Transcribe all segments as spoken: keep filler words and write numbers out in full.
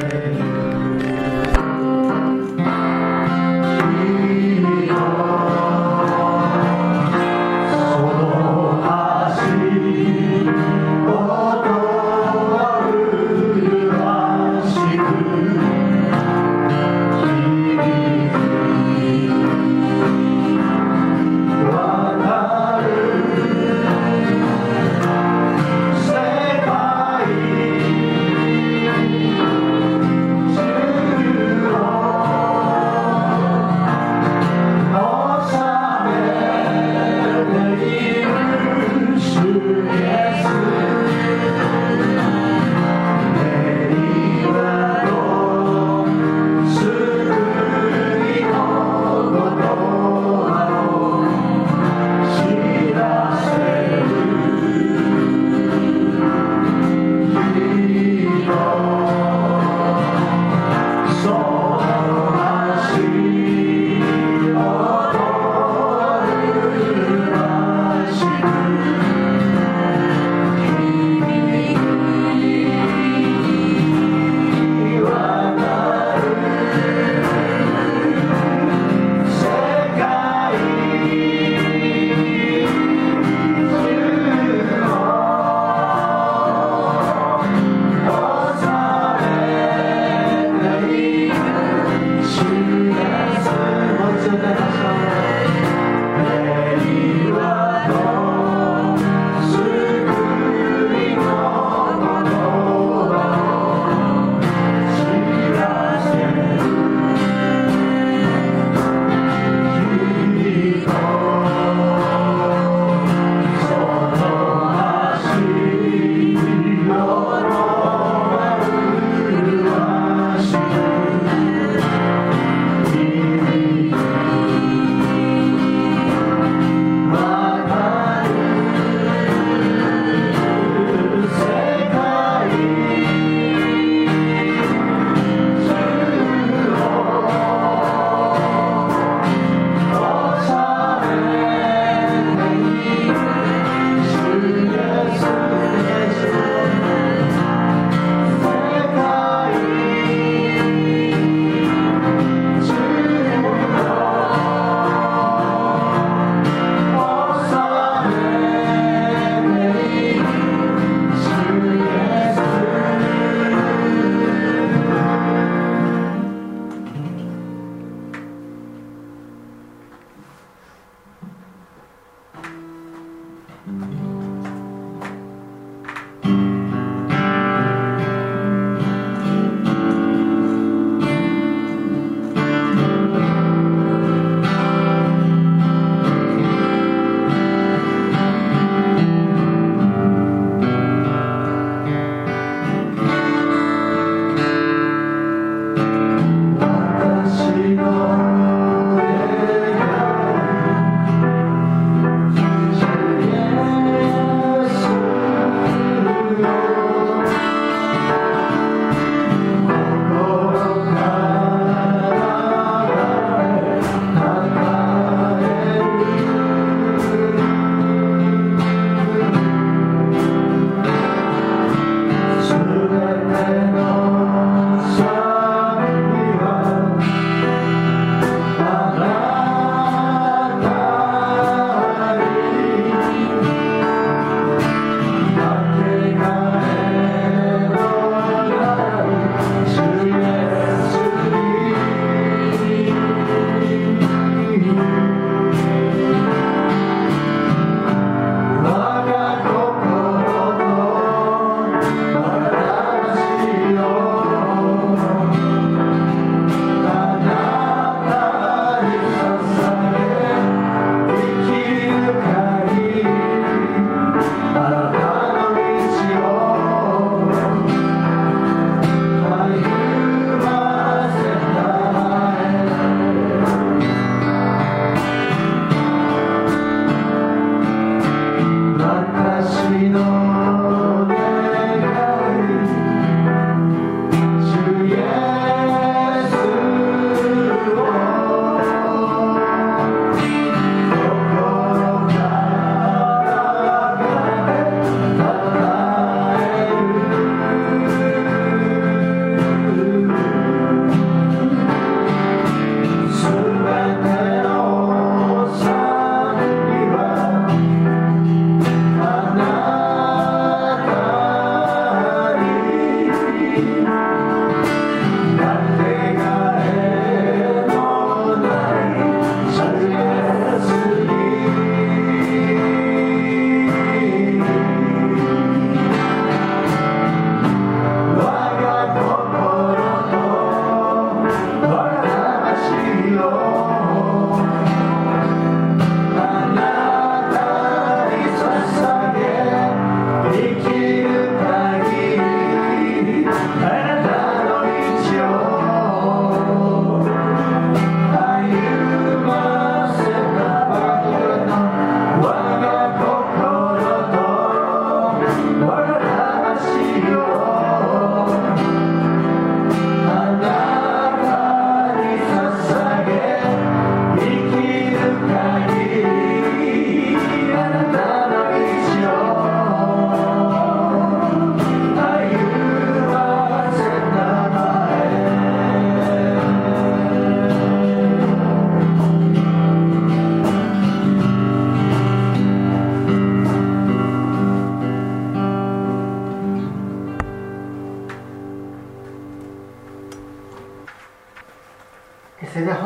「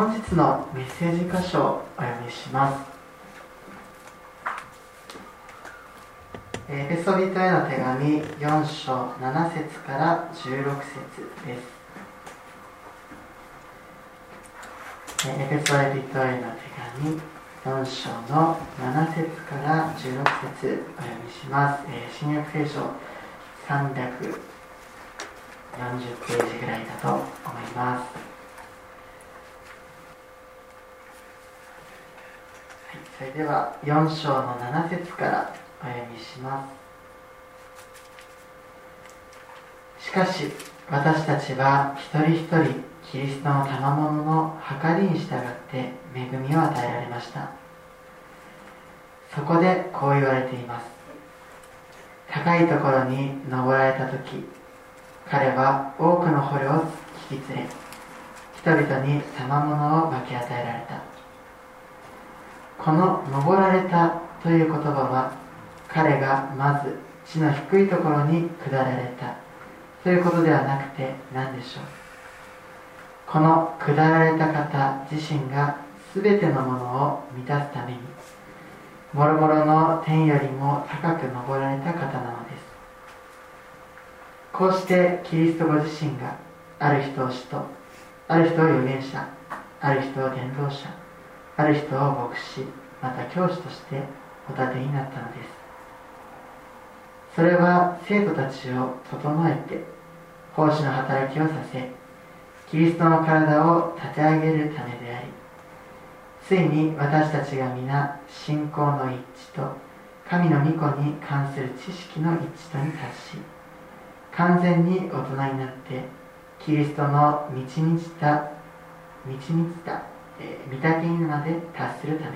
本日のメッセージ箇所をお読みします。エペソビトへの手紙よん章なな節からじゅうろく節です。エペソビトへの手紙よん章のなな節からじゅうろく節お読みします。新約聖書さんびゃくよんじゅうページぐらいだと思います。それではよん章のなな節からお読みします。しかし私たちは一人一人キリストの賜物の計りに従って恵みを与えられました。そこでこう言われています。高いところに登られた時、彼は多くの捕虜を引き連れ、人々に賜物を分け与えられた。この登られたという言葉は、彼がまず地の低いところに下られたということではなくて何でしょう。この下られた方自身が全てのものを満たすために、もろもろの天よりも高く登られた方なのです。こうしてキリストご自身がある人を使徒、ある人を預言者、ある人を伝道者、ある人を牧師、また教師としてお立てになったのです。それは生徒たちを整えて奉仕の働きをさせ、キリストの体を立て上げるためであり、ついに私たちが皆信仰の一致と神の御子に関する知識の一致とに達し、完全に大人になってキリストの満ち満ちた満ち満ちた、えー、御岳にまで達するためです。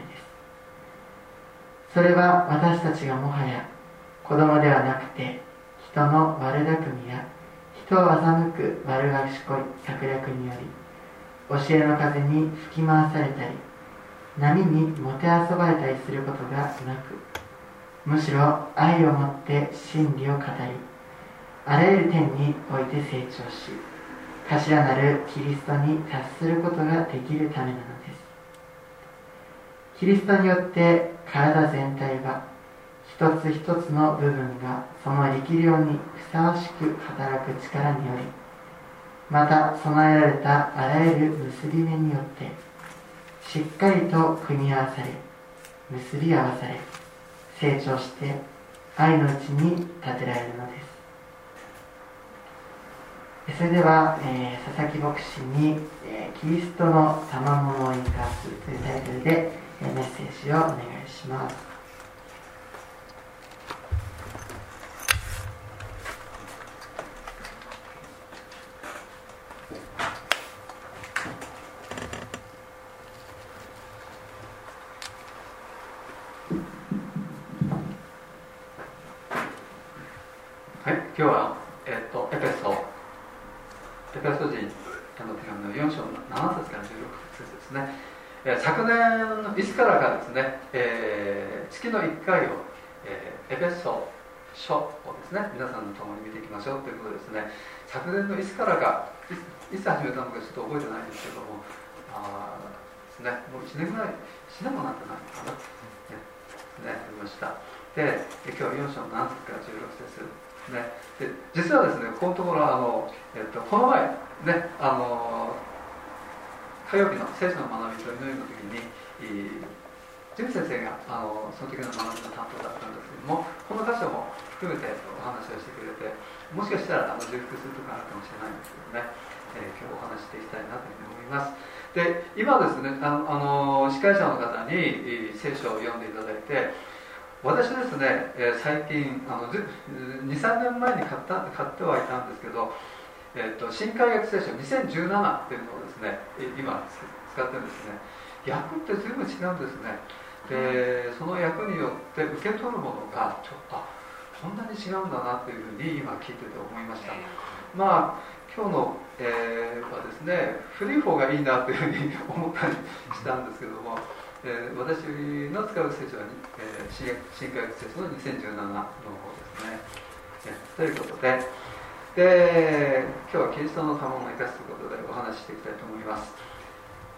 それは私たちがもはや子供ではなくて、人の悪巧みや人を欺く悪賢い策略により、教えの風に吹き回されたり、波にもてあそばれたりすることがなく、むしろ愛をもって真理を語り、あらゆる点において成長し、頭なるキリストに達することができるためなのです。キリストによって体全体は一つ一つの部分がその力量にふさわしく働く力により、また備えられたあらゆる結び目によってしっかりと組み合わされ、結び合わされ、成長して愛のうちに立てられるのです。それでは、えー、佐々木牧師に、えー、キリストの賜物を生かすというタイトルで、えー、メッセージをお願いします。 はい、今日は、えー、とエペソエペソ人への手紙のよん章のなな節からじゅうろく節ですね。えー、昨年のいつからかですね、えー、月のいっかいを、えー、エペソ書をですね、皆さんと共に見ていきましょうということですね。昨年のいつからか、い, いつ始めたのかちょっと覚えてないんですけども、あですね、もういちねんぐらい、いちねんもなってないのかな、ね、ね、ありました。で、今日はよん章のなな節からじゅうろく節ね、で実はですね、このところあの、えっと、この前、ね、あの火曜日の聖書の学びと祈りの時に、ジム先生があのその時の学びの担当だったんですけども、この箇所も含めてお話をしてくれて、もしかしたらあの重複するところあるかもしれないんですけどね、えー、今日お話していきたいなというふうに思います。で、今ですね、あのあの司会者の方に聖書を読んでいただいて、私ですね、えー、最近あのに、さんねんまえに買った買ってはいたんですけど、えー、と新海訳聖書にせんじゅうななっていうのをですね、今使ってるんですね。訳って随分違うんですね。で、その訳によって受け取るものがちょっとこんなに違うんだなというふうに今聞いてて思いました。まあ今日の、えー、はですね、古い方がいいなというふうに思ったりしたんですけども、えー、私の使う聖書は、えー、新新海訳聖書のにせんじゅうななの方ですね。えー、ということで、で今日はキリストの賜物を生かすということでお話ししていきたいと思います。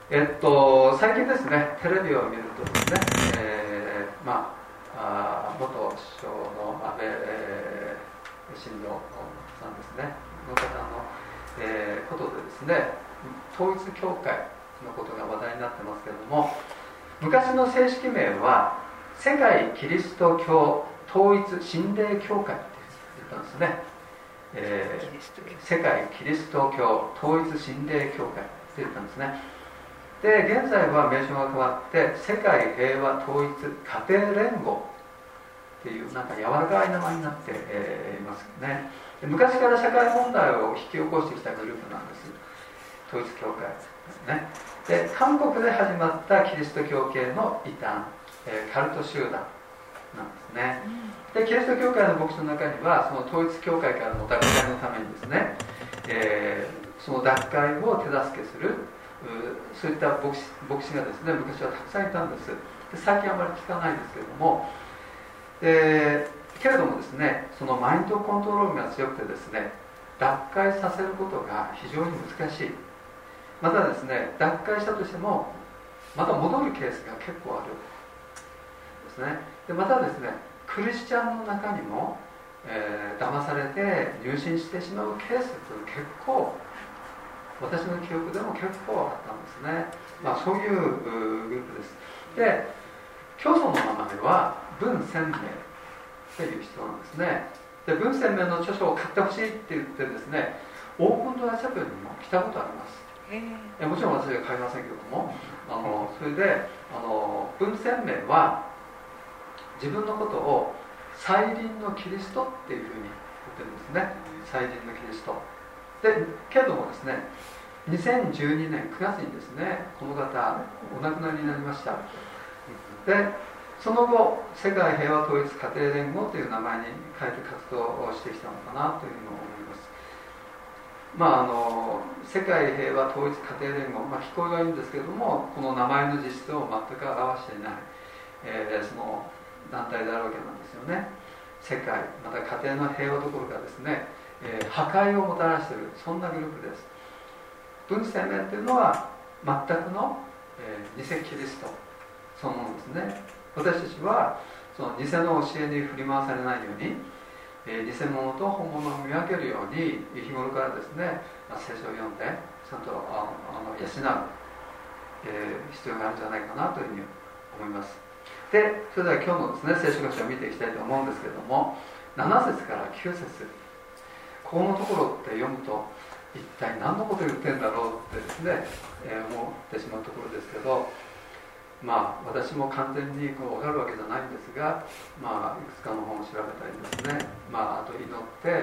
えっと、最近ですね、テレビを見るとですね、えー、まあ、あ元首相の安倍、えー、晋三さんですね、の方の、えー、ことでですね、統一教会のことが話題になってますけれども、昔の正式名は世界キリスト教統一神霊教会って言ったんですね、えー、世界キリスト教統一神霊教会って言ったんですね。で、現在は名称が変わって世界平和統一家庭連合っていうなんか柔らかい名前になって、えー、いますね。で、昔から社会問題を引き起こしてきたグループなんです、統一教会ね。で、韓国で始まったキリスト教系の異端、えー、カルト集団なんですね。で、キリスト教会の牧師の中にはその統一教会からの脱会のためにですね、えー、その脱会を手助けするそういった牧師、牧師がですね、昔はたくさんいたんです。で、最近あまり聞かないですけれども、えー、けれどもですね、そのマインドコントロールが強くてですね、脱会させることが非常に難しい。またですね、脱会したとしてもまた戻るケースが結構あるですね。で、またですね、クリスチャンの中にも、えー、騙されて入信してしまうケースというのは結構、私の記憶でも結構あったんですね。まあ、そういうグループです。で、教祖の名前は文鮮明という人なんですね。で、文鮮明の著書を買ってほしいって言ってですね、オープンドアチャペルにも来たことあります。えもちろん私は買いませんけれども、あのそれであの文鮮明は自分のことを再臨のキリストっていうふうに言ってるんですね。再臨のキリストで、けれどもですね、にせんじゅうにねんくがつにですね、この方お亡くなりになりました。で、その後世界平和統一家庭連合という名前に変えて活動をしてきたのかなというのを思います。まあ、あの世界平和統一家庭連合、まあ、聞こえはいいんですけれども、この名前の実質を全く表していない、えー、その団体であるわけなんですよね。世界、また家庭の平和どころかですね、えー、破壊をもたらしている、そんなグループです。文鮮明というのは全くの、えー、偽キリストそのものですね。私たちはその偽の教えに振り回されないように、えー、偽物と本物を見分けるように日頃からですね、まあ、聖書を読んでちゃんとあの養う、えー、必要があるんじゃないかなというふうに思います。で、それでは今日のですね、聖書箇所を見ていきたいと思うんですけれども、なな節からきゅう節、このところって読むと一体何のことを言ってんだろうってですね、えー、思ってしまうところですけど、まあ私も完全にこう分かるわけじゃないんですが、まあいくつかの本を調べたりですね、まああと祈って、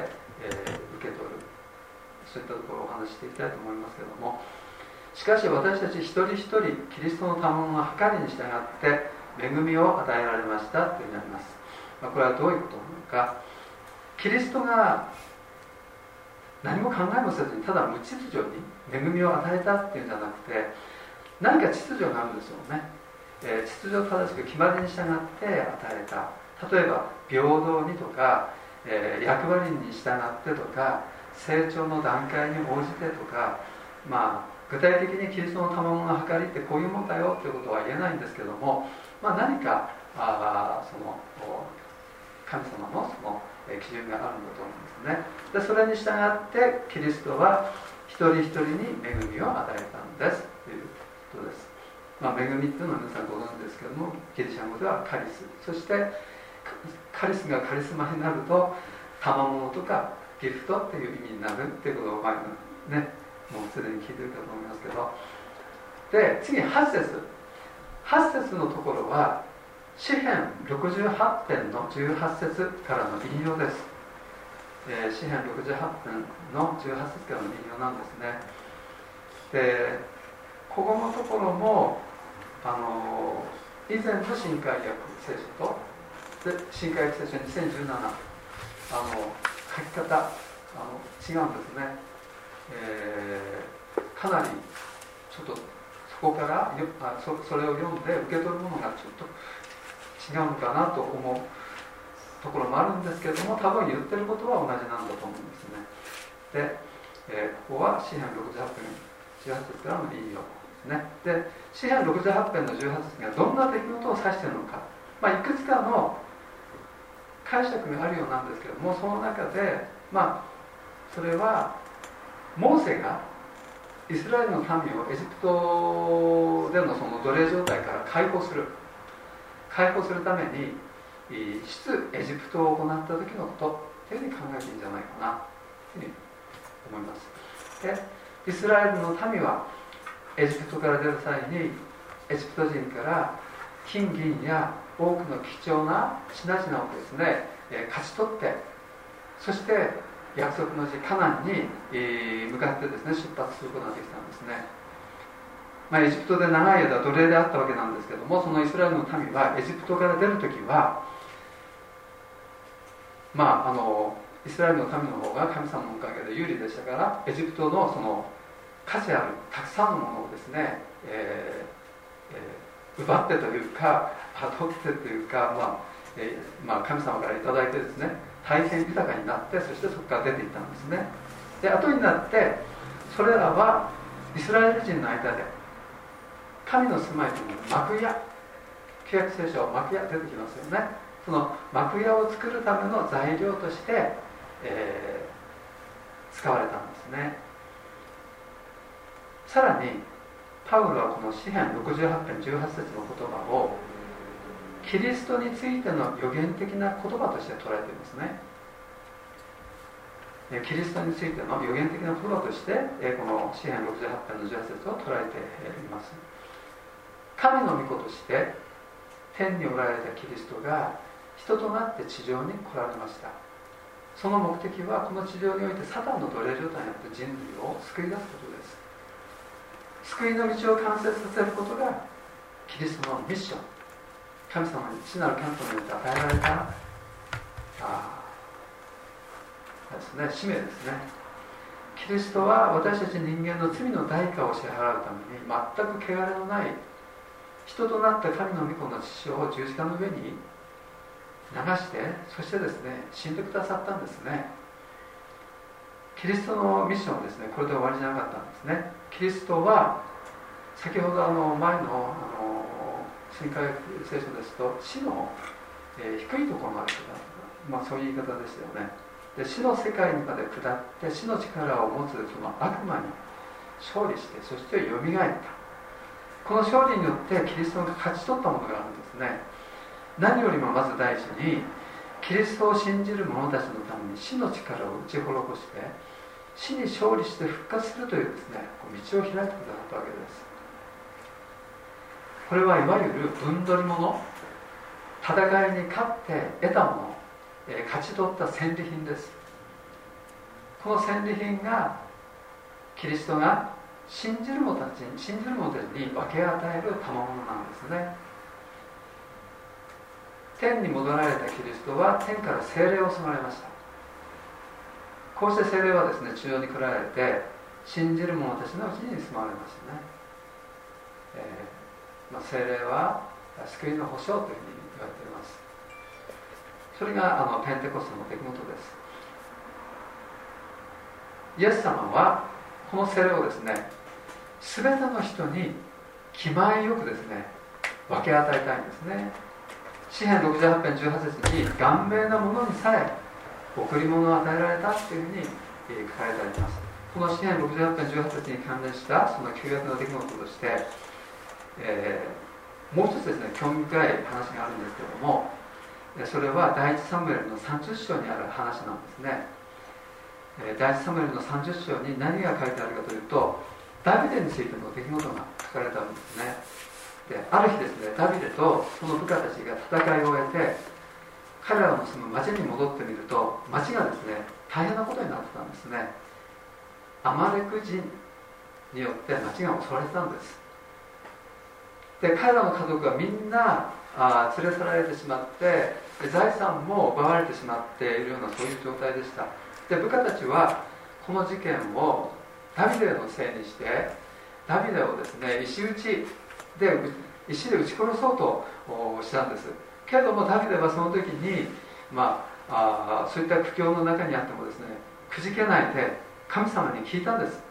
えー、受け取る、そういったところをお話ししていきたいと思いますけれども、しかし私たち一人一人キリストの賜物の計りに従って恵みを与えられましたというふうになります。まあ、これはどういうことなのか、キリストが何も考えもせずにただ無秩序に恵みを与えたっていうんじゃなくて、何か秩序があるんですよね。えー、秩序を正しく決まりに従って与えた。例えば平等にとか、えー、役割に従ってとか、成長の段階に応じてとか、まあ具体的にキリストの賜物の計りってこういうもんだよということは言えないんですけども、まあ、何かあその神様のその基準があるんだと思うんですね。で、それに従ってキリストは一人一人に恵みを与えたんですということです。まあ、恵みっていうのは皆さんご存知ですけども、ギリシャ語ではカリス、そしてカリスがカリスマになると賜物とかギフトっていう意味になるっていうことを前にね、もうすでに聞いてるかと思いますけど、で次はち節はち節のところは詩編ろくじゅうはち編のじゅうはち節からの引用です。えー、詩編ろくじゅうはち編のじゅうはち節からの引用なんですね。で、ここのところもあの以前の新海訳聖書とで新海訳聖書にせんじゅうなな、あの書き方あの違うんですね。えー、かなりちょっとそこからよあ そ, それを読んで受け取るものがちょっと違うのかなと思うところもあるんですけれども、多分言ってることは同じなんだと思うんですね。で、えー、ここは詩編ろくじゅうはち編じゅうはち節からの引用ですね。で詩編ろくじゅうはち編のじゅうはち節がどんな出来事を指しているのか、まあ、いくつかの解釈があるようなんですけども、その中で、まあ、それはモーセがイスラエルの民をエジプトでのその奴隷状態から解放する解放するために出エジプトを行った時のことというふうに考えていいんじゃないかなというふうに思います。でイスラエルの民はエジプトから出る際にエジプト人から金銀や多くの貴重な品々をですね、えー、勝ち取って、そして約束の地カナンに、えー、向かってですね出発することができたんですね。まあ、エジプトで長い間奴隷であったわけなんですけども、そのイスラエルの民はエジプトから出るときは、まああのイスラエルの民の方が神様のおかげで有利でしたから、エジプトのその価値あるたくさんのものをですね、えーえー奪ってというか取ってというか、まあえーまあ、神様からいただいてですね、大変豊かになって、そしてそこから出ていったんですね。で後になってそれらはイスラエル人の間で神の住まいという幕屋、旧約聖書幕屋出てきますよね。その幕屋を作るための材料として、えー、使われたんですね。さらにパウロはこの詩編ろくじゅうはち編じゅうはち節の言葉をキリストについての予言的な言葉として捉えていますね。キリストについての予言的な言葉としてこの詩編ろくじゅうはち編のじゅうはち節を捉えています。神の御子として天におられたキリストが人となって地上に来られました。その目的はこの地上においてサタンの奴隷状態にあった人類を救い出すことです。救いの道を完成させることがキリストのミッション、神様に父なる神様によって与えられたあですね、使命ですね。キリストは私たち人間の罪の代価を支払うために全く汚れのない人となった神の御子の父を十字架の上に流して、そしてですね死んでくださったんですね。キリストのミッションはですねこれで終わりじゃなかったんですね。キリストは先ほどあの前のあの新科学聖書ですと死の、えー、低いところまで下った、まあ、そういう言い方でしたよね。で死の世界にまで下って死の力を持つその悪魔に勝利して、そしてよみがえった。この勝利によってキリストが勝ち取ったものがあるんですね。何よりもまず第一にキリストを信じる者たちのために死の力を打ち滅ぼして死に勝利して復活するというですね道を開いてくださったわけです。これはいわゆる分取り物、戦いに勝って得たもの、えー、勝ち取った戦利品です。この戦利品がキリストが信じる者たちに信じる者たちに分け与える賜物なんですね。天に戻られたキリストは天から聖霊を注がれました。こうして聖霊はですね地上に来られて信じる者たちのうちに住まわれましたね。えーまあ、聖霊は救いの保証というふうに言われています。それがあのペンテコステの出来事です。イエス様はこの聖霊をですね全ての人に気前よくですね分け与えたいんですね。詩編ろくじゅうはち編じゅうはち節に顔面なものにさえ贈り物を与えられたというふうに書かれてあります。この詩編ろくじゅうはち編じゅうはち節に関連したその旧約の出来事として、えー、もう一つですね興味深い話があるんですけれども、それは第一サムエルのさんじゅっ章にある話なんですね。第一サムエルのさんじゅっ章に何が書いてあるかというと、ダビデについての出来事が書かれてあるんですね。である日ですねダビデとその部下たちが戦いを終えて彼らの住む町に戻ってみると、町がですね大変なことになってたんですね。アマレク人によって町が襲われてたんです。で彼らの家族はみんなあ連れ去られてしまって財産も奪われてしまっているようなそういう状態でした。で部下たちはこの事件をダビデのせいにしてダビデをですね石打ちで石で撃ち殺そうとしたんですけれども、ダビデはその時に、まあ、あそういった苦境の中にあってもですねくじけないで神様に聞いたんです。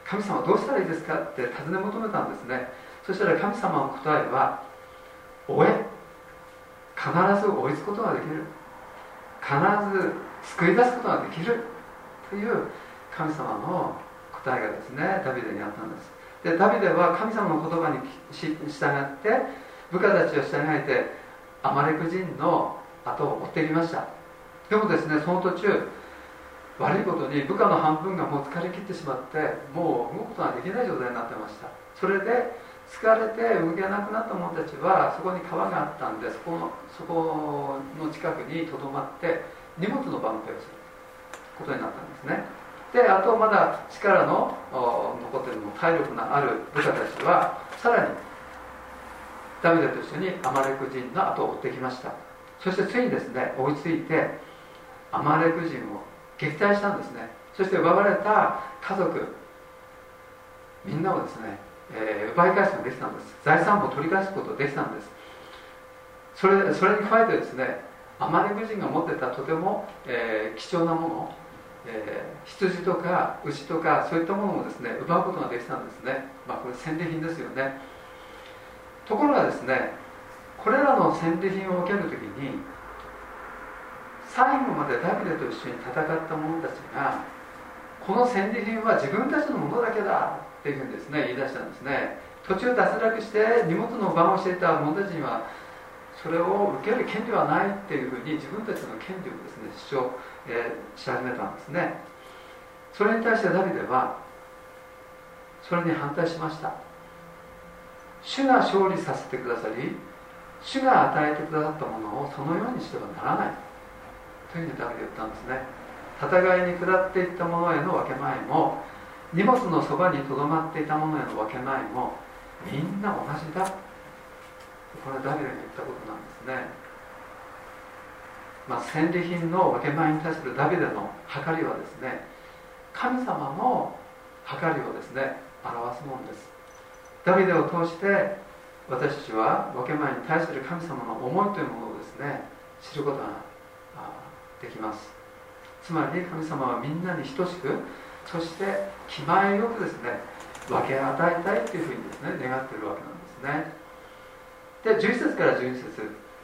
神様どうしたらいいですかって尋ね求めたんですね。そしたら神様の答えは、追え、必ず追いつくことができる、必ず救い出すことができるという神様の答えがですね、ダビデにあったんです。でダビデは神様の言葉に従って部下たちを従えてアマレク人の後を追ってきました。でもですね、その途中悪いことに部下の半分がもう疲れ切ってしまって、もう動くことができない状態になってました。それで疲れて動けなくなった者たちは、そこに川があったんで、そこの、そこの近くにとどまって荷物の番手をすることになったんですね。であとまだ力の残っているの体力のある部下たちはさらにダビデと一緒にアマレク人の後を追ってきました。そしてついにですね、追いついてアマレク人を撃退したんですね。そして奪われた家族みんなをですね、えー、奪い返すことができたんです。財産を取り返すことができたんです。それ、それに加えてですね、アマレク人が持っていたとても、えー、貴重なもの、えー、羊とか牛とかそういったものもですね、奪うことができたんですね。まあこれ戦利品ですよね。ところがですね、これらの戦利品を受けるときに最後までダビデと一緒に戦った者たちが、この戦利品は自分たちのものだけだっていうふうにですね、言い出したんですね。途中脱落して荷物の番をしていた者たちにはそれを受ける権利はないっていうふうに自分たちの権利をですね主張、えー、し始めたんですね。それに対してダビデはそれに反対しました。主が勝利させてくださり、主が与えてくださったものをそのようにしてはならないというふうにダビデは言ったんですね。戦いに下っていった者への分け前も、荷物のそばにとどまっていた者への分け前もみんな同じだ。これはダビデが言ったことなんですね。まあ、戦利品の分け前に対するダビデの計りはですね、神様の計りをですね表すものです。ダビデを通して私たちは分け前に対する神様の思いというものをですね知ることができます。つまり神様はみんなに等しく、そして気前よくですね分け与えたいというふうにですね願っているわけなんですね。でじゅういち節からじゅうに節、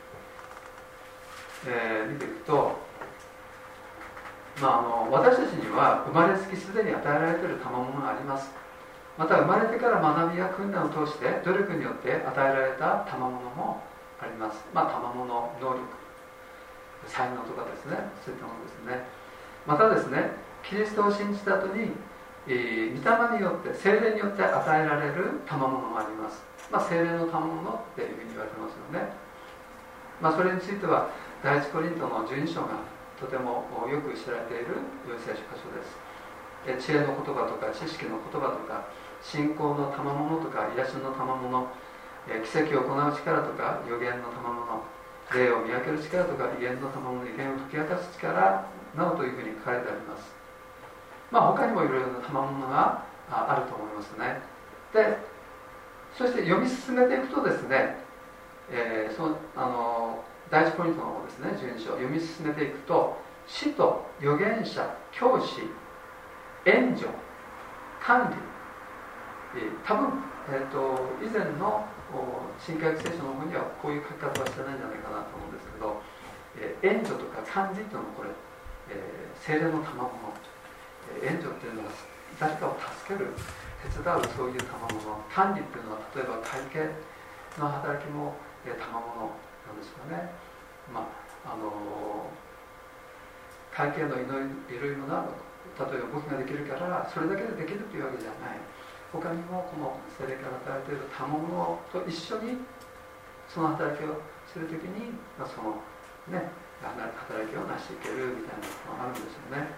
えー、見ていくと、まあ、あの私たちには生まれつきすでに与えられている賜物があります。また生まれてから学びや訓練を通して努力によって与えられた賜物もあります。まあ賜物、能力、才能とかですね、そういったものですね。またですね、キリストを信じた後に、えー、御霊によって聖霊によって与えられる賜物もあります。まあ、聖霊の賜物っていうふうに言われてますよね。まあ、それについては第一コリントのじゅうに章がとてもよく知られている聖書箇所です。え知恵の言葉とか知識の言葉とか信仰の賜物とか癒しの賜物、え奇跡を行う力とか予言の賜物、霊を見分ける力とか異言の賜物、異言を解き明かす力などというふうに書かれてあります。まあ他にもいろいろな賜物があると思いますね。でそして読み進めていくとですね、えー、そあの第一ポイントの方ですね、じゅうに章読み進めていくと、使徒、預言者、教師、援助、管理、えー、多分、えーと、以前の新約聖書の方にはこういう書き方はしてないんじゃないかなと思うんですけど、えー、援助とか管理というのはこれ、えー、聖霊の賜物、えー、援助っていうのは誰かを助ける、手伝う、そういう賜物。管理っていうのは例えば会計の働きも賜物なんですかね。まああの会計のいろいろな例えば僕ができるからそれだけでできるというわけじゃない。他にもこの聖霊から与えている賜物と一緒にその働きをするときに、まあ、そのね働きを成していけるみたいなことがあるんですよね。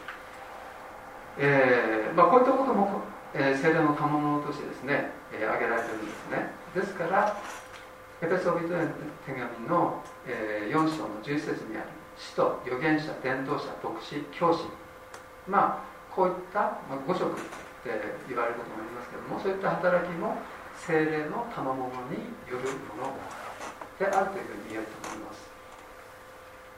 えーまあ、こういったこともえー、聖霊の賜物としてですね、えー、挙げられているんですね。ですからエペソビトへの手紙の、えー、よん章のじゅういち節にある使徒、預言者、伝道者、牧師、教師、まあこういった、まあ、ご職って言われることもありますけども、そういった働きも聖霊の賜物によるものであるというふうに言えると思います。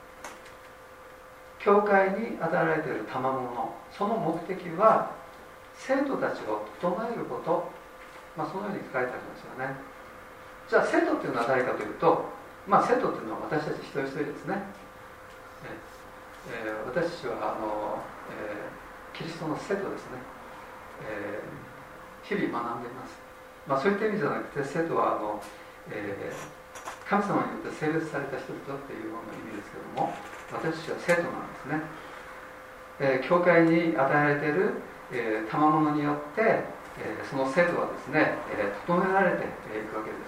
教会に与えられている賜物、その目的は生徒たちを整えること、まあ、そのように書かれてありますよね。じゃあ生徒っていうのは誰かというと、まあ、生徒っていうのは私たち一人一人ですね。えー、私たちはあの、えー、キリストの生徒ですね。えー、日々学んでいます。まあ、そういった意味じゃなくて、生徒はあの、えー、神様によって性別された人々っていうような意味ですけども、私たちは生徒なんですね。えー、教会に与えられている、えー、賜物によって、えー、その生徒はですね、えー、整えられていくわけです。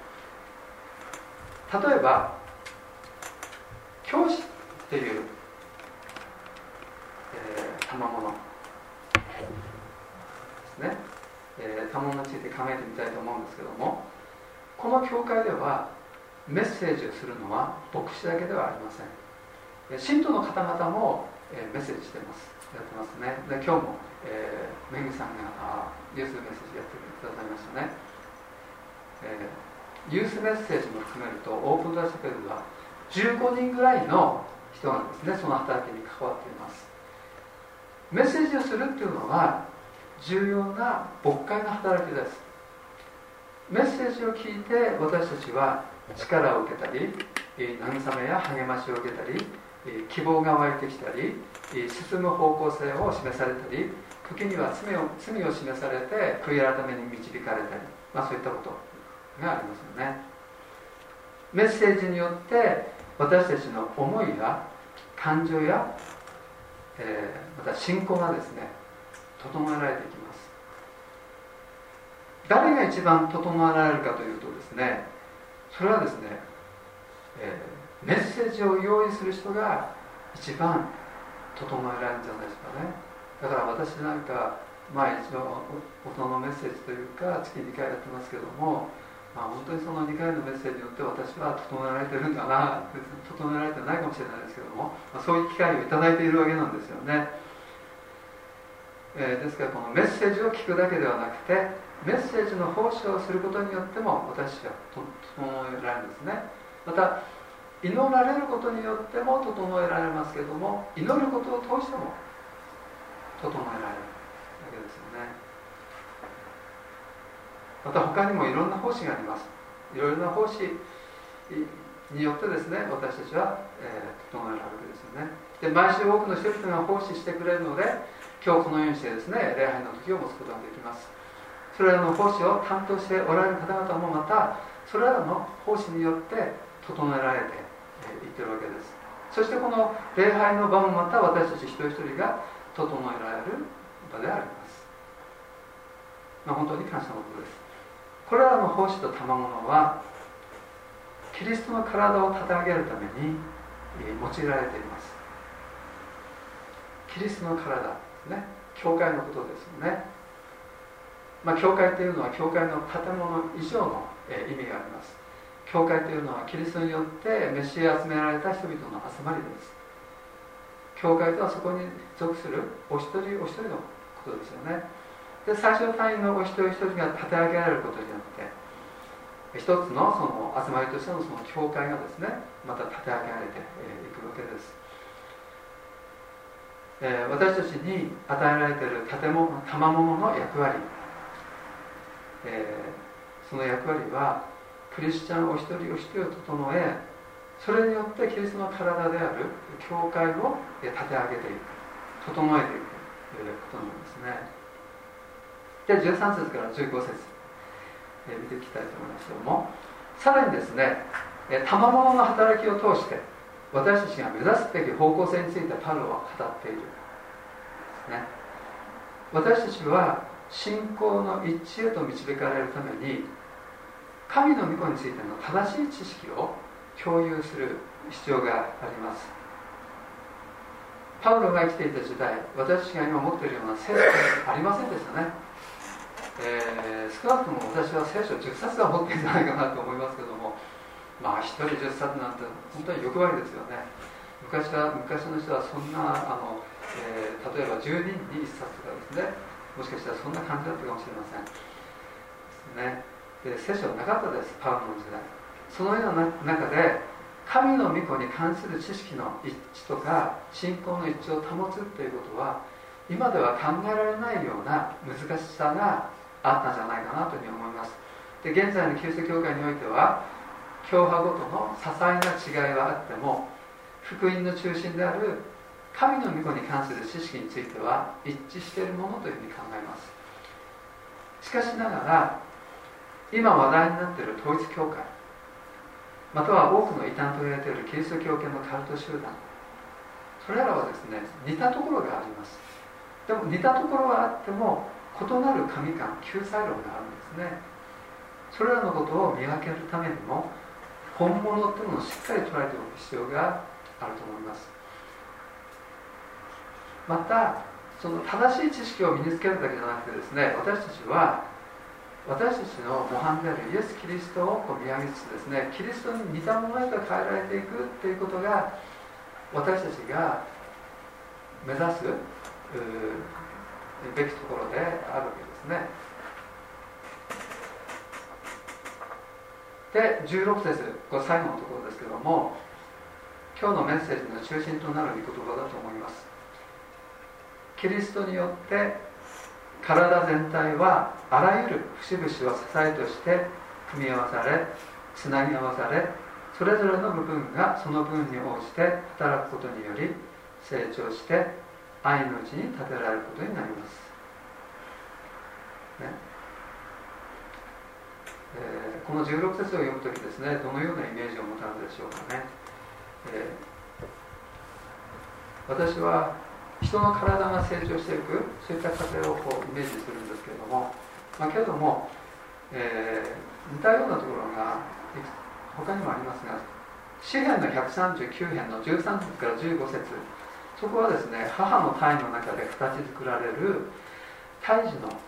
例えば教師っていう、えー、賜物ですね、えー、賜物について考えてみたいと思うんですけども、この教会ではメッセージをするのは牧師だけではありません。信徒の方々も、えー、メッセージしてます、やってますね。で今日も、えー、めぐみさんがあユースメッセージやってくださいましたね。えーユースメッセージも含めるとオープンドアチャペルはじゅうごにんぐらいの人がですね、その働きに関わっています。メッセージをするっていうのは重要な牧会の働きです。メッセージを聞いて私たちは力を受けたり、慰めや励ましを受けたり、希望が湧いてきたり、進む方向性を示されたり、時には罪を、罪を示されて悔い改めに導かれたり、まあ、そういったことがありますよね。メッセージによって私たちの思いや感情や、えー、また信仰がですね、整えられていきます。誰が一番整えられるかというとですね、それはですね、えー、メッセージを用意する人が一番整えられるんじゃないですかね。だから私なんかまあ一応大人のメッセージというか月にかいやってますけども、まあ、本当にそのにかいのメッセージによって私は整えられてるんだな、整えられてないかもしれないですけども、まあ、そういう機会をいただいているわけなんですよね。えー、ですからこのメッセージを聞くだけではなくて、メッセージの奉仕をすることによっても私は整えられるんですね。また祈られることによっても整えられますけども、祈ることを通しても整えられるわけですよね。また他にもいろんな奉仕があります。いろいろな奉仕によってですね、私たちは、えー、整えられるわけですよね。で、毎週多くの人々が奉仕してくれるので、今日このようにしてですね、礼拝の時を持つことができます。それらの奉仕を担当しておられる方々もまた、それらの奉仕によって整えられていってるわけです。そしてこの礼拝の場もまた私たち一人一人が整えられる場であります。まあ、本当に感謝のことです。これらの奉仕と賜物はキリストの体を立て上げるために用いられています。キリストの体ですね、教会のことですよね。まあ、教会というのは教会の建物以上の意味があります。教会というのはキリストによって召し集められた人々の集まりです。教会とはそこに属するお一人お一人のことですよね。で、最小単位のお一人一人が立て上げられることによって一つのその集まりとしてのその教会がですね、また立て上げられていくわけです。えー、私たちに与えられている建物、賜物の役割、えー、その役割はクリスチャンお一人お一人を整え、それによってキリストの体である教会を立て上げていく、整えていくということなんですね。で、じゅうさん節からじゅうご節、えー、見ていきたいと思いますけども、さらにですね、賜物の働きを通して私たちが目指すべき方向性についてパウロは語っているんですね。私たちは信仰の一致へと導かれるために神の御子についての正しい知識を共有する必要があります。パウロが生きていた時代、私が今持っているような聖書はありませんでしたね。えー、少なくとも私は聖書じゅっさつは持っているんじゃないかなと思いますけども、まあ一人じゅっさつなんて本当に欲張りですよね。昔は昔の人はそんなあの、えー、例えばじゅうにんにいっさつとかですね、もしかしたらそんな感じだったかもしれませんですね。で、聖書はなかったです、パウロの時代。そのような中で神の御子に関する知識の一致とか信仰の一致を保つということは今では考えられないような難しさがあったんじゃないかなというふうに思います。で、現在のキリスト教会においては教派ごとの些細な違いはあっても、福音の中心である神の御子に関する知識については一致しているものというふうに考えます。しかしながら今話題になっている統一教会、または多くの異端と言われているキリスト教系のカルト集団、それらはですね、似たところがあります。でも似たところはあっても異なる神観、救済論があるんですね。それらのことを見分けるためにも本物というのをしっかり捉えておく必要があると思います。またその正しい知識を身につけるだけじゃなくてですね、私たちは私たちの模範であるイエス・キリストをこう見上げつつですね、キリストに似たものへと変えられていくということが私たちが目指すべきところであるわけですね。で、じゅうろく節、これ最後のところですけれども、今日のメッセージの中心となる御言葉だと思います。キリストによって体全体はあらゆる節々を支えとして組み合わされ、つなぎ合わされ、それぞれの部分がその分に応じて働くことにより成長して愛のうちに立てられることになります、ねえー、このじゅうろく節を読むときですね、どのようなイメージを持たれるでしょうかね。えー、私は人の体が成長していく、そういった過程をこうイメージするんですけれども、まあ、けれども、えー、似たようなところが他にもありますが、詩編のひゃくさんじゅうきゅう編のじゅうさん節からじゅうご節、そこはですね、母の胎の中で形作られる胎児の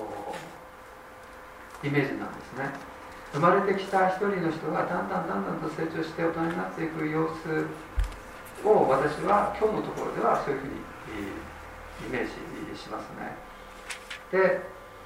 イメージなんですね。生まれてきた一人の人がだんだんだんだんと成長して大人になっていく様子を、私は今日のところではそういうふうにイメージしますね。で、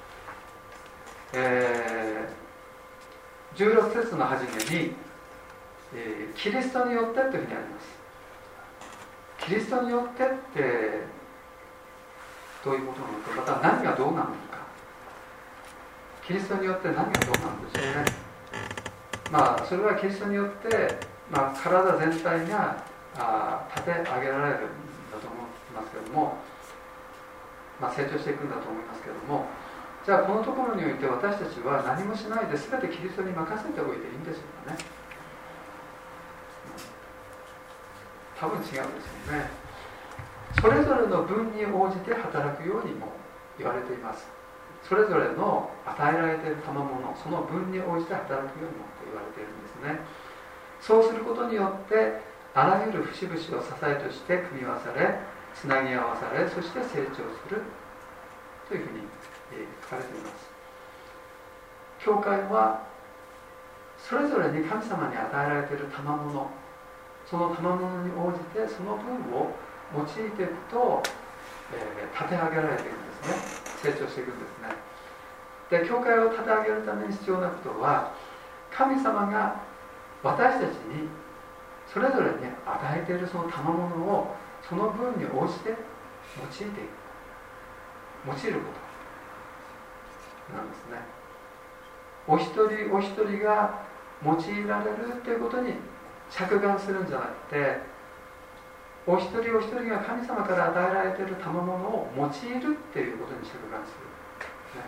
えー、じゅうろく節の初めに、えー、キリストによってというふうにあります。キリストによってってどういうことなのか、また何がどうなのか、キリストによって何がどうなんでしょうね。まあそれはキリストによって、まあ、体全体があ立て上げられるんだと思いますけれども、まあ、成長していくんだと思いますけれども、じゃあこのところにおいて私たちは何もしないで全てキリストに任せておいていいんでしょうかね。多分違うんですよね。それぞれの分に応じて働くようにも言われています。それぞれの与えられている賜物、その分に応じて働くようにもと言われているんですね。そうすることによってあらゆる節々を支えとして組み合わされ、つなぎ合わされ、そして成長するというふうに書かれています。教会はそれぞれに神様に与えられている賜物、その賜物に応じてその分を用いていくと、えー、立て上げられていくんですね。成長していくんですね。で、教会を立て上げるために必要なことは、神様が私たちにそれぞれに与えているその賜物をその分に応じて用いていく、用いることなんですね。お一人お一人が用いられるということに着眼するんじゃなくて、お一人お一人が神様から与えられている賜物を用いるっていうことに着眼する、ね、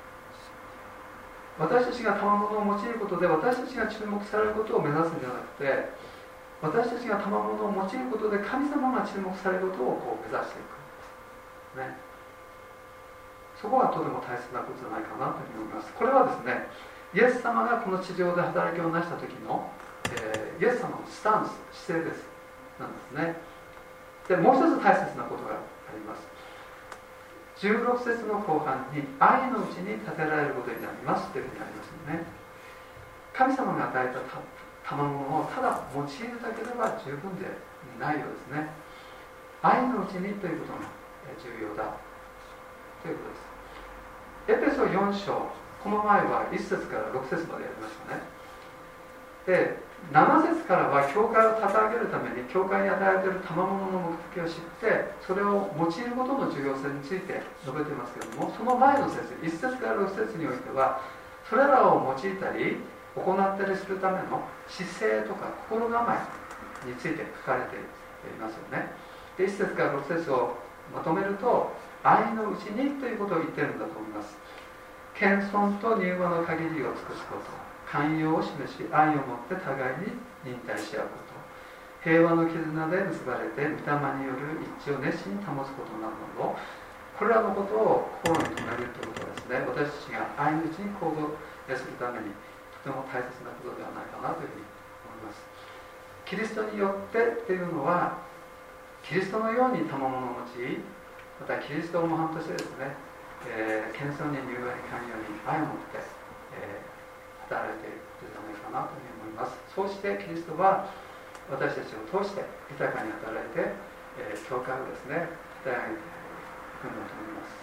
私たちが賜物を用いることで私たちが注目されることを目指すんじゃなくて、私たちが賜物を用いることで神様が注目されることをこう目指していく、ね、そこがとても大切なことじゃないかなというふうに思います。これはですね、イエス様がこの地上で働きを成した時の、えー、イエス様のスタンス、姿勢ですなんですね。で、もう一つ大切なことがあります。じゅうろく節の後半に愛のうちに立てられることになりますというふうにありますよね。神様が与えた賜物をただ用いるだけでは十分でないようですね。愛のうちにということが重要だということです。エペソよん章、この前はいっ節からろく節までやりましたね。 でなな節からは教会を立て上げるために教会に与えている賜物の目的を知ってそれを用いることの重要性について述べていますけれども、その前の節いち節からろく節においてはそれらを用いたり行ったりするための姿勢とか心構えについて書かれていますよね。でいち節からろく節をまとめると、愛のうちにということを言っているんだと思います。謙遜と柔和の限りを尽くすこと、寛容を示し愛をもって互いに忍耐し合うこと、平和の絆で結ばれて御霊による一致を熱心に保つことなど、これらのことを心に留めるということはですね、私たちが愛のうちに行動するためにとても大切なことではないかなというふうに思います。キリストによってというのは、キリストのように賜物を用い、またキリストを模範としてですね、えー、謙遜に柔和に寛容に愛を持って、えー、働いていることじゃないかなというふうに思います。そうしてキリストは私たちを通して豊かに働いて、えー、教会をですね鍛え上げていくんだと思います。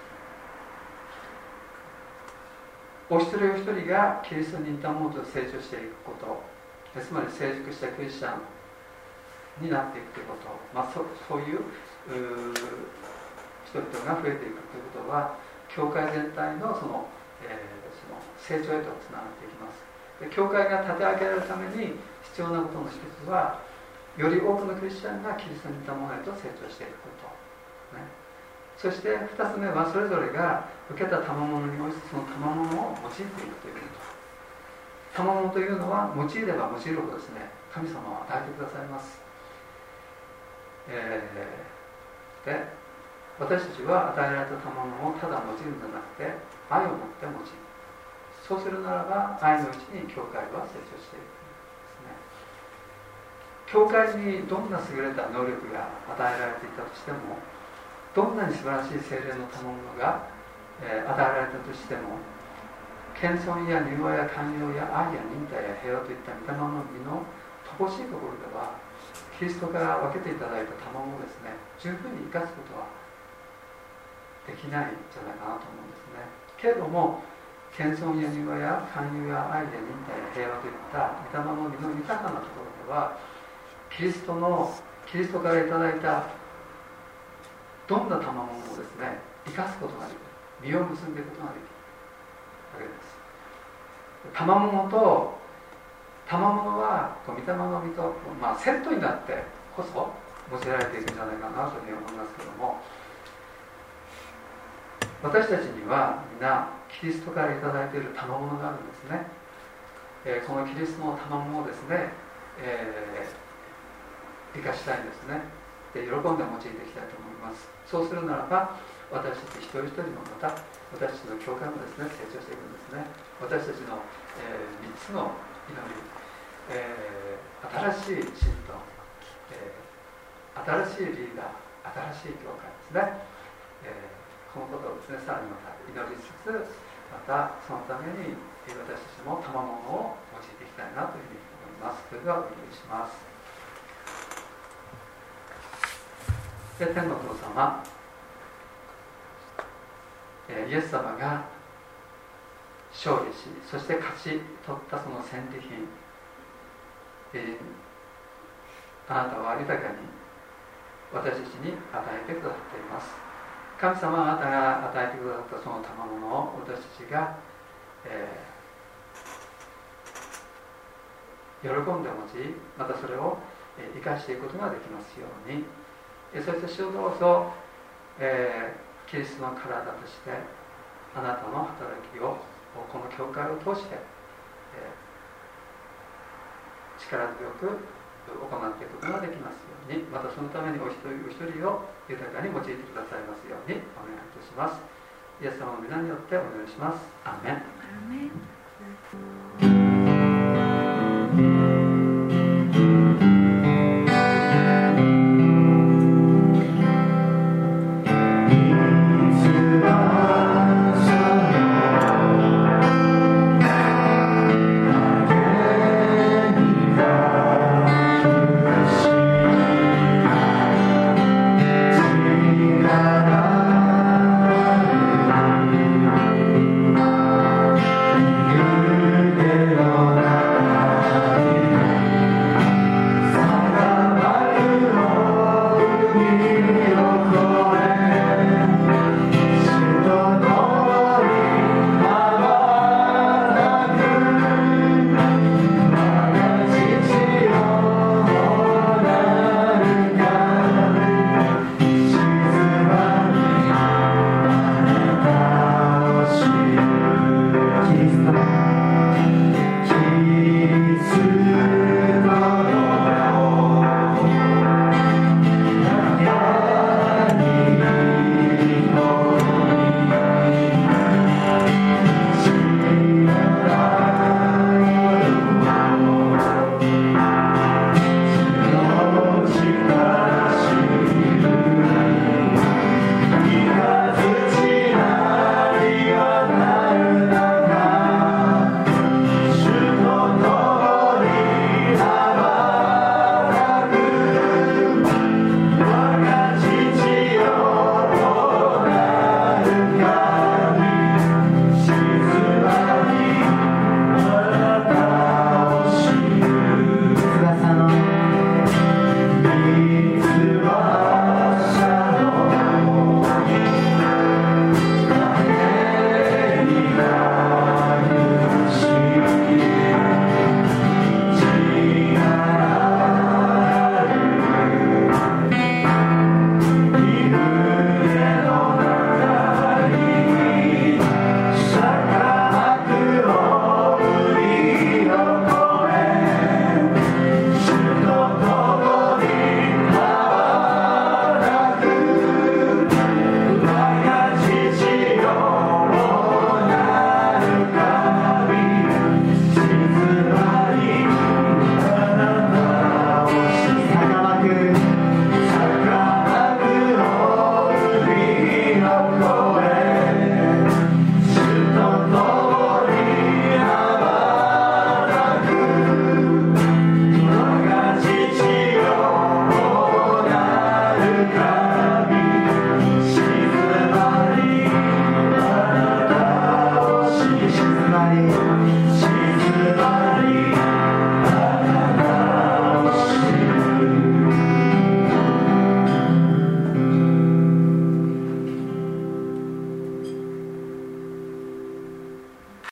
お一人お一人がキリストに似たものと成長していくこと、つまり成熟したクリスチャンになっていくということ、まあ、そ, そういう人々が増えていくということは教会全体 の, その、えー、その成長へとつながっていきます。で教会が立て上げられるために必要なことの一つは、より多くのクリスチャンがキリストに似たものへと成長していくこと、ね、そしてふたつめは、それぞれが受けた賜物に応じてその賜物を用いていくということ。賜物というのは用いれば用いるほどですね、神様は与えてくださいます。えー、で私たちは与えられた賜物をただ用いるのではなくて、愛を持って用いる。そうするならば愛のうちに教会は成長していくんですね。教会にどんな優れた能力が与えられていたとしても、どんなに素晴らしい聖霊の賜物が、えー、与えられたとしても、謙遜や柔和や寛容や愛や忍耐や平和といった御霊の実の乏しいところでは、キリストから分けていただいた賜物をですね、十分に生かすことはできないんじゃないかなと思うんですね。けれども、謙遜や柔和や寛容や愛や忍耐や平和といった御霊の実の豊かなところでは、キリストのキリストからいただいたどんな賜物をですね、生かすことができる、実を結んでいくことができるわけです。賜物と賜物は御霊の実と、まあ、セットになってこそ用いられているんじゃないかなというふうに思いますけれども、私たちには皆キリストからいただいている賜物があるんですね。えー、このキリストの賜物をですね、えー、生かしたいんですね。で、喜んで用いていきたいと思います。そうするならば、私たち一人一人もまた私たちの教会もですね、成長していくんですね。私たちの、えー、みっつの祈り、えー、新しい信徒、えー、新しいリーダー、新しい教会ですね、えー、このことをですね、さらにまた祈りつつ、またそのために私たちも賜物を用いていきたいなというふうに思います。それではお祈りします。で、天のお父様、えー、イエス様が勝利し、そして勝ち取ったその戦利品、えー、あなたは豊かに私たちに与えてくださっています。神様はあなたが与えてくださったその賜物を私たちが、えー、喜んで用い、またそれを生かしていくことができますように、そして主をどうぞ、えー、キリストの体としてあなたの働きをこの教会を通して、えー、力強く行っていくことができますように、またそのためにお一人お一人を豊かに用いてくださいますようにお願いいたします。イエス様の皆によってお願いします。アーメン。アーメン。 Yeah. Amen.